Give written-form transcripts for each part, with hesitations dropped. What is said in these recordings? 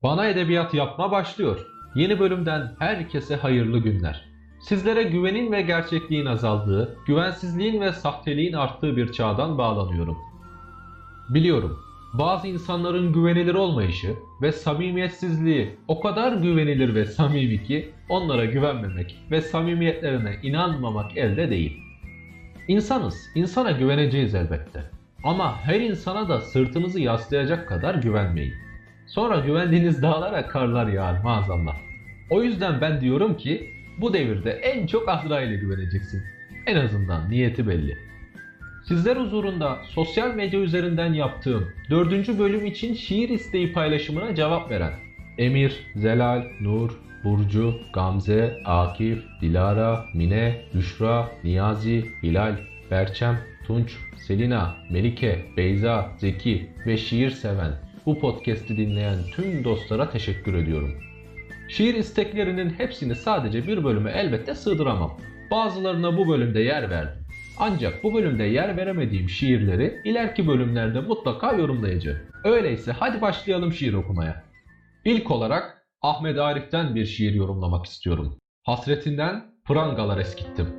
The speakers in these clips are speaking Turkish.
Bana Edebiyat Yapma başlıyor. Yeni bölümden herkese hayırlı günler. Sizlere güvenin ve gerçekliğin azaldığı, güvensizliğin ve sahteliğin arttığı bir çağdan bağlanıyorum. Biliyorum, bazı insanların güvenilir olmayışı ve samimiyetsizliği o kadar güvenilir ve samimi ki onlara güvenmemek ve samimiyetlerine inanmamak elde değil. İnsanız, insana güveneceğiz elbette. Ama her insana da sırtınızı yaslayacak kadar güvenmeyin. Sonra güvendiğiniz dağlara karlar yağar maazallah. O yüzden ben diyorum ki bu devirde en çok Azrail'e güveneceksin. En azından niyeti belli. Sizler huzurunda sosyal medya üzerinden yaptığım 4. bölüm için şiir isteği paylaşımına cevap veren Emir, Zelal, Nur, Burcu, Gamze, Akif, Dilara, Mine, Büşra, Niyazi, Hilal, Berçem, Tunç, Selina, Melike, Beyza, Zeki ve şiir seven, bu podcast'i dinleyen tüm dostlara teşekkür ediyorum. Şiir isteklerinin hepsini sadece bir bölüme elbette sığdıramam. Bazılarına bu bölümde yer verdim. Ancak bu bölümde yer veremediğim şiirleri ileriki bölümlerde mutlaka yorumlayacağım. Öyleyse hadi başlayalım şiir okumaya. İlk olarak Ahmet Arif'ten bir şiir yorumlamak istiyorum. Hasretinden prangalar eskittim.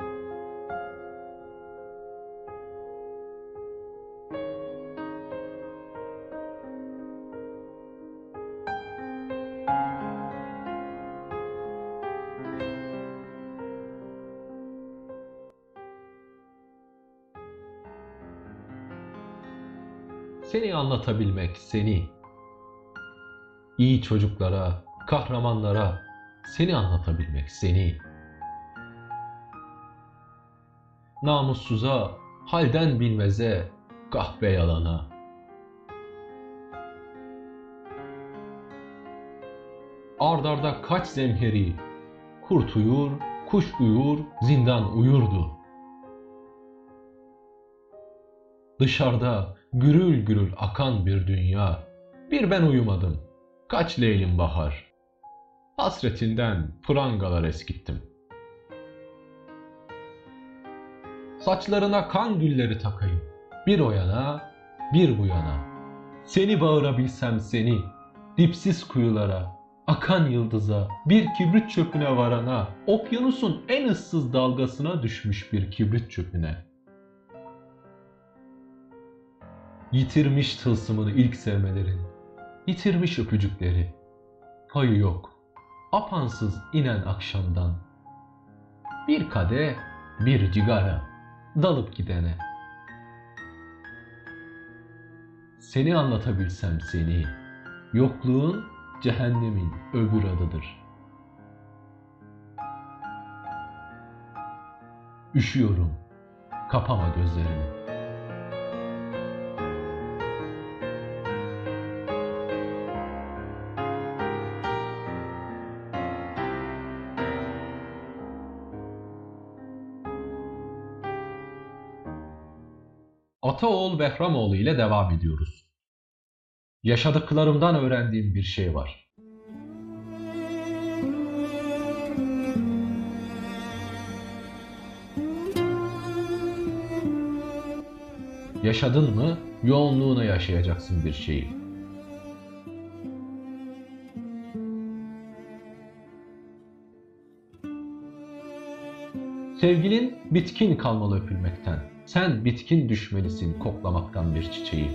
Seni anlatabilmek, seni, iyi çocuklara, kahramanlara, seni anlatabilmek, seni, namussuza, halden bilmeze, kahpe yalana, ard arda kaç zemheri, kurt uyur, kuş uyur, zindan uyurdu. Dışarıda gürül gürül akan bir dünya, bir ben uyumadım, kaç leylim bahar, hasretinden prangalar eskittim. Saçlarına kan gülleri takayım, bir o yana, bir bu yana. Seni bağırabilsem seni, dipsiz kuyulara, akan yıldıza, bir kibrit çöpüne varana, okyanusun en ıssız dalgasına düşmüş bir kibrit çöpüne. Yitirmiş tılsımını ilk sevmelerin, yitirmiş öpücükleri, payı yok, apansız inen akşamdan. Bir kadeh, bir cigara, dalıp gidene. Seni anlatabilsem seni, yokluğun cehennemin öbür adıdır. Üşüyorum, kapama gözlerini. Ataoğul Behramoğlu ile devam ediyoruz. Yaşadıklarımdan öğrendiğim bir şey var. Yaşadın mı, yoğunluğuna yaşayacaksın bir şeyi. Sevgilin bitkin kalmalı öpülmekten. Sen bitkin düşmelisin koklamaktan bir çiçeği.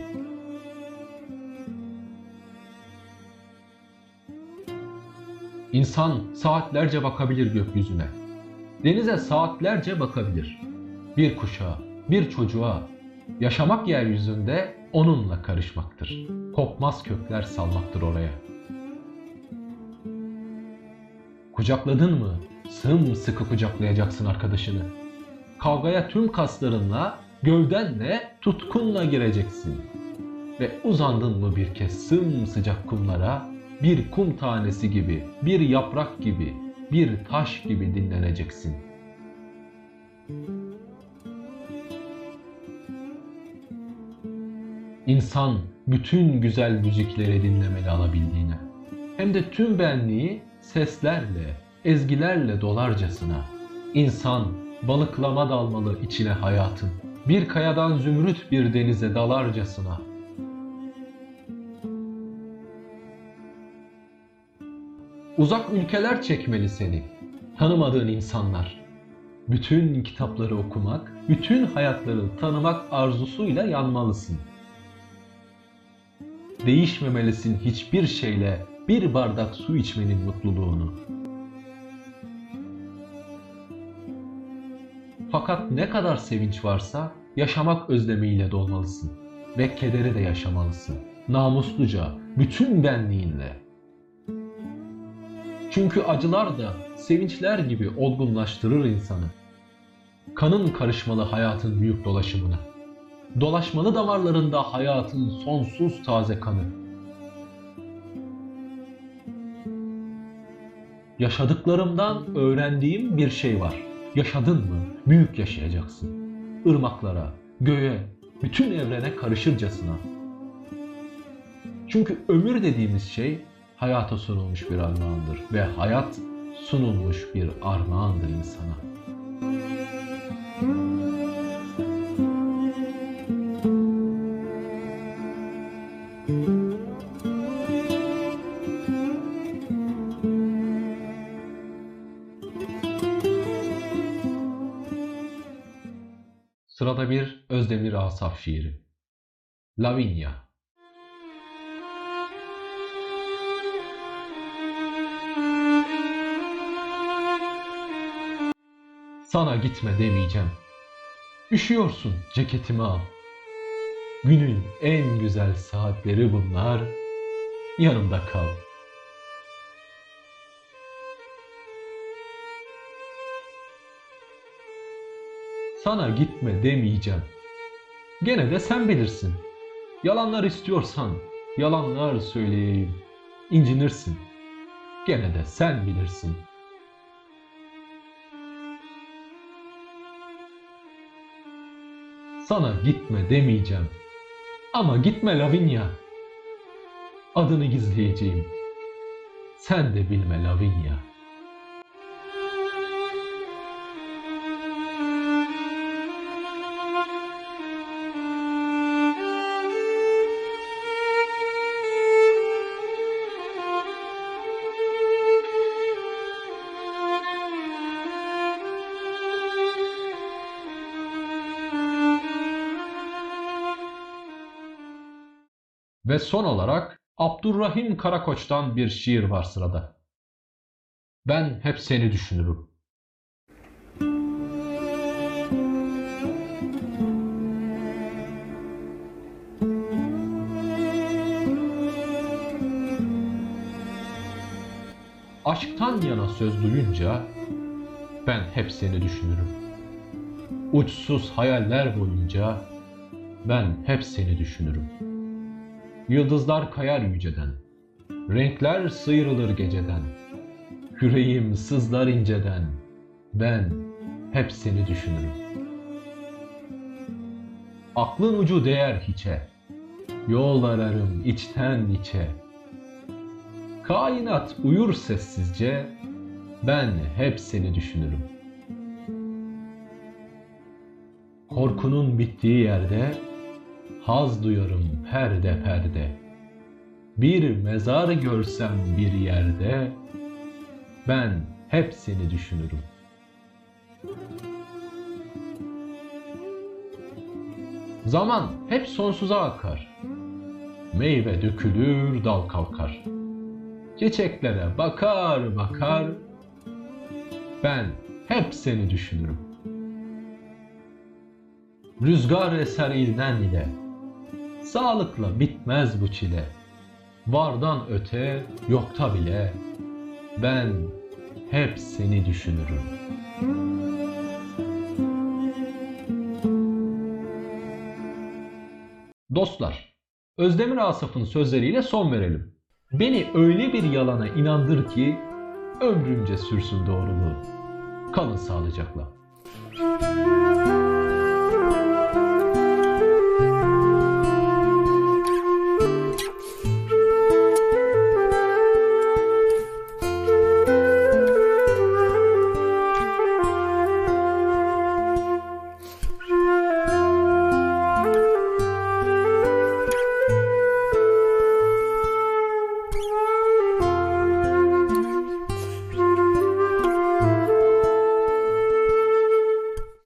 İnsan saatlerce bakabilir gökyüzüne. Denize saatlerce bakabilir. Bir kuşa, bir çocuğa. Yaşamak yeryüzünde onunla karışmaktır. Kopmaz kökler salmaktır oraya. Kucakladın mı? Sımsıkı kucaklayacaksın arkadaşını. Kavgaya tüm kaslarınla, gövdenle, tutkunla gireceksin. Ve uzandın mı bir kez sımsıcak kumlara, bir kum tanesi gibi, bir yaprak gibi, bir taş gibi dinleneceksin. İnsan bütün güzel müzikleri dinlemeli alabildiğine. Hem de tüm benliği seslerle, ezgilerle dolarcasına. İnsan balıklama dalmalı içine hayatın. Bir kayadan zümrüt bir denize dalarcasına. Uzak ülkeler çekmeli seni, tanımadığın insanlar. Bütün kitapları okumak, bütün hayatları tanımak arzusuyla yanmalısın. Değişmemelisin hiçbir şeyle bir bardak su içmenin mutluluğunu. Fakat ne kadar sevinç varsa yaşamak özlemiyle dolmalısın ve kederi de yaşamalısın. Namusluca, bütün benliğinle. Çünkü acılar da sevinçler gibi olgunlaştırır insanı. Kanın karışmalı hayatın büyük dolaşımına. Dolaşmalı damarlarında hayatın sonsuz taze kanı. Yaşadıklarımdan öğrendiğim bir şey var. Yaşadın mı büyük yaşayacaksın. Irmaklara, göğe, bütün evrene karışırcasına. Çünkü ömür dediğimiz şey hayata sunulmuş bir armağandır ve hayat sunulmuş bir armağandır insana. Sırada bir Özdemir Asaf şiiri. Lavinia. Sana gitme demeyeceğim. Üşüyorsun, ceketimi al. Günün en güzel saatleri bunlar. Yanımda kal. Sana gitme demeyeceğim. Gene de sen bilirsin. Yalanlar istiyorsan yalanlar söyleyeyim. İncinirsin. Gene de sen bilirsin. Sana gitme demeyeceğim. Ama gitme Lavinia. Adını gizleyeceğim. Sen de bilme Lavinia. Ve son olarak Abdurrahim Karakoç'tan bir şiir var sırada. Ben hep seni düşünürüm. Aşktan yana söz duyunca ben hep seni düşünürüm. Uçsuz hayaller boyunca ben hep seni düşünürüm. Yıldızlar kayar yüceden, renkler sıyrılır geceden, yüreğim sızlar inceden, ben hep seni düşünürüm. Aklın ucu değer hiçe, yol ararım içten içe. Kainat uyur sessizce, ben hep seni düşünürüm. Korkunun bittiği yerde, haz duyarım perde perde. Bir mezar görsem bir yerde, ben hep seni düşünürüm. Zaman hep sonsuza akar. Meyve dökülür, dal kalkar. Çiçeklere bakar bakar, ben hep seni düşünürüm. Rüzgar eser ilden ile, sağlıkla bitmez bu çile. Vardan öte, yokta bile, ben hep seni düşünürüm. Dostlar, Özdemir Asaf'ın sözleriyle son verelim. Beni öyle bir yalana inandır ki ömrümce sürsün doğruluğu. Kalın sağlıcakla.